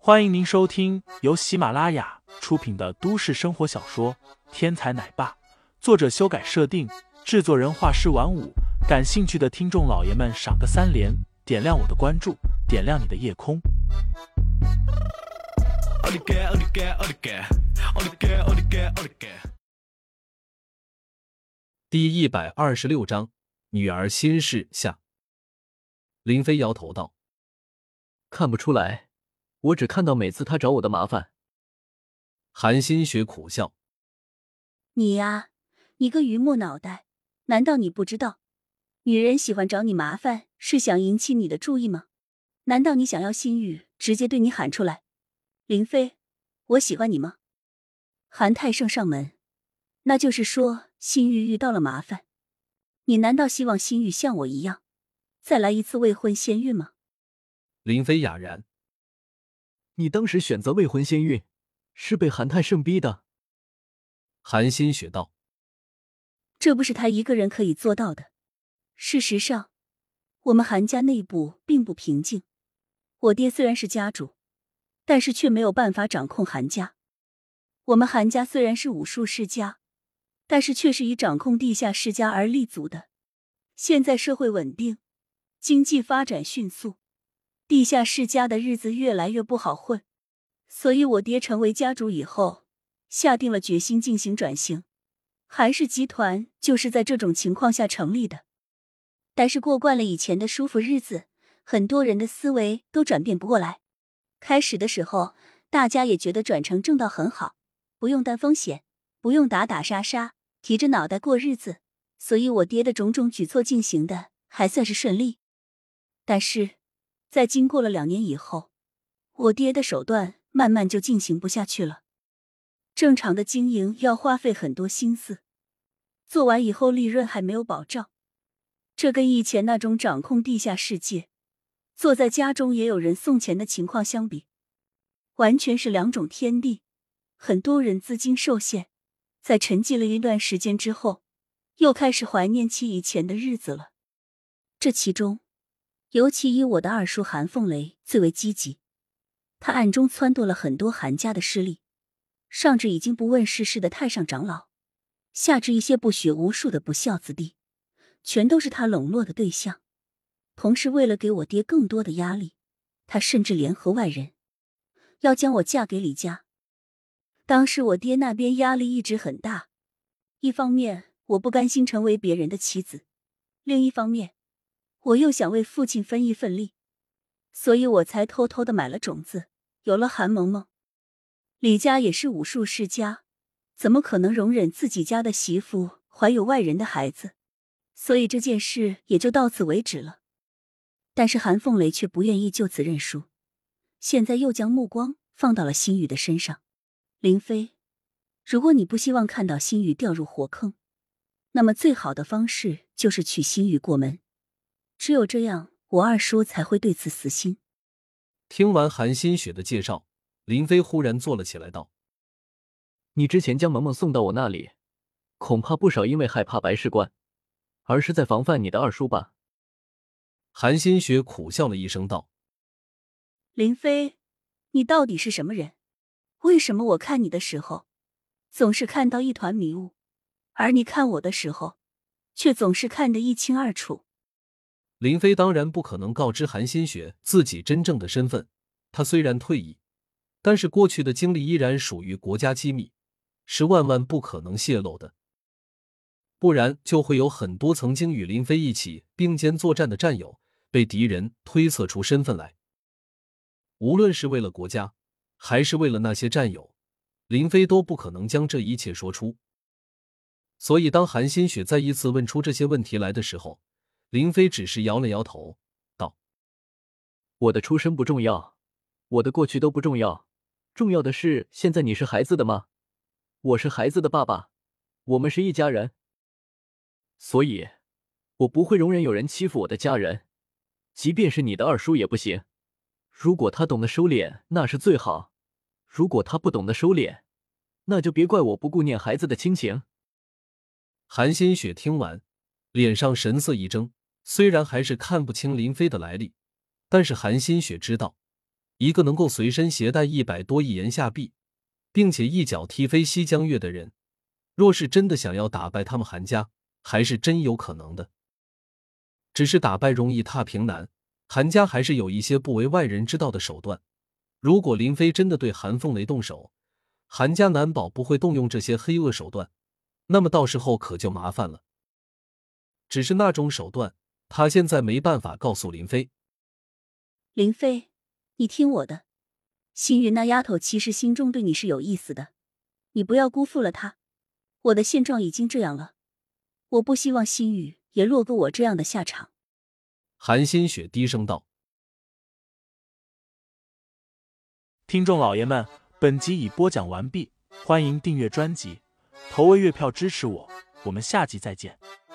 欢迎您收听由喜马拉雅出品的都市生活小说《天才奶爸》，作者修改设定，制作人画师晚舞。感兴趣的听众老爷们赏个3连，点亮我的关注，点亮你的夜空。 第126章，女儿心事下。林飞摇头道：“ 看不出来，我只看到每次他找我的麻烦。” 韩新雪苦笑：“ 你呀，你个榆木脑袋，难道你不知道，女人喜欢找你麻烦是想引起你的注意吗？难道你想要心雨直接对你喊出来，林飞，我喜欢你吗？韩太盛上门，那就是说心雨遇到了麻烦，你难道希望心雨像我一样，再来一次未婚先孕吗？” 林飞哑然：“ 你当时选择未婚先孕，是被韩太盛逼的。” 韩新雪道：“ 这不是他一个人可以做到的。事实上，我们韩家内部并不平静。我爹虽然是家主，但是却没有办法掌控韩家。我们韩家虽然是武术世家，但是却是以掌控地下世家而立足的。现在社会稳定，经济发展迅速，地下世家的日子越来越不好混。所以我爹成为家主以后，下定了决心进行转型。韩氏集团就是在这种情况下成立的。但是过惯了以前的舒服日子，很多人的思维都转变不过来。开始的时候，大家也觉得转成正道很好，不用担风险，不用打打杀杀，提着脑袋过日子，所以我爹的种种举措进行的还算是顺利。但是在经过了2年以后，我爹的手段慢慢就进行不下去了。正常的经营要花费很多心思，做完以后利润还没有保障。这跟以前那种掌控地下世界，坐在家中也有人送钱的情况相比，完全是2种天地。很多人资金受限，在沉寂了一段时间之后，又开始怀念起以前的日子了。这其中，尤其以我的二叔韩凤雷最为积极，他暗中撺掇了很多韩家的势力，上至已经不问世事的太上长老，下至一些不学无术的不孝子弟，全都是他笼络的对象。同时为了给我爹更多的压力，他甚至联合外人，要将我嫁给李家。当时我爹那边压力一直很大，一方面我不甘心成为别人的妻子，另一方面我又想为父亲分一份力，所以我才偷偷的买了种子，有了韩萌萌。李家也是武术世家，怎么可能容忍自己家的媳妇怀有外人的孩子？所以这件事也就到此为止了。但是韩凤雷却不愿意就此认输，现在又将目光放到了心雨的身上。林飞，如果你不希望看到心雨掉入火坑，那么最好的方式就是娶心雨过门，只有这样，我二叔才会对此死心。 听完韩新雪的介绍，林飞忽然坐了起来道：“ 你之前将萌萌送到我那里，恐怕不少因为害怕白事官，而是在防范你的二叔吧？” 韩新雪苦笑了一声道：“ 林飞，你到底是什么人？为什么我看你的时候，总是看到一团迷雾，而你看我的时候，却总是看得一清二楚？” 林飞当然不可能告知韩新雪自己真正的身份，他虽然退役，但是过去的经历依然属于国家机密，是万万不可能泄露的。不然就会有很多曾经与林飞一起并肩作战的战友被敌人推测出身份来。无论是为了国家，还是为了那些战友，林飞都不可能将这一切说出。所以当韩新雪再一次问出这些问题来的时候，林飞只是摇了摇头，道：“ 我的出身不重要，我的过去都不重要，重要的是现在你是孩子的妈，我是孩子的爸爸，我们是一家人。所以我不会容忍有人欺负我的家人，即便是你的二叔也不行。如果他懂得收敛，那是最好；如果他不懂得收敛，那就别怪我不顾念孩子的亲情。” 韩新雪听完，脸上神色一怔，虽然还是看不清林飞的来历，但是韩新雪知道， 一个能够随身携带100多亿元下币，并且一脚踢飞西江月的人，若是真的想要打败他们韩家，还是真有可能的。只是打败容易踏平难，韩家还是有一些不为外人知道的手段。如果林飞真的对韩凤雷动手，韩家难保不会动用这些黑恶手段，那么到时候可就麻烦了。只是那种手段，他现在没办法告诉林飞。 林飞，你听我的，星云那丫头其实心中对你是有意思的，你不要辜负了她。我的现状已经这样了，我不希望星宇也落个我这样的下场。 韩新雪低声道。 听众老爷们，本集已播讲完毕，欢迎订阅专辑，投喂月票支持我，我们下集再见。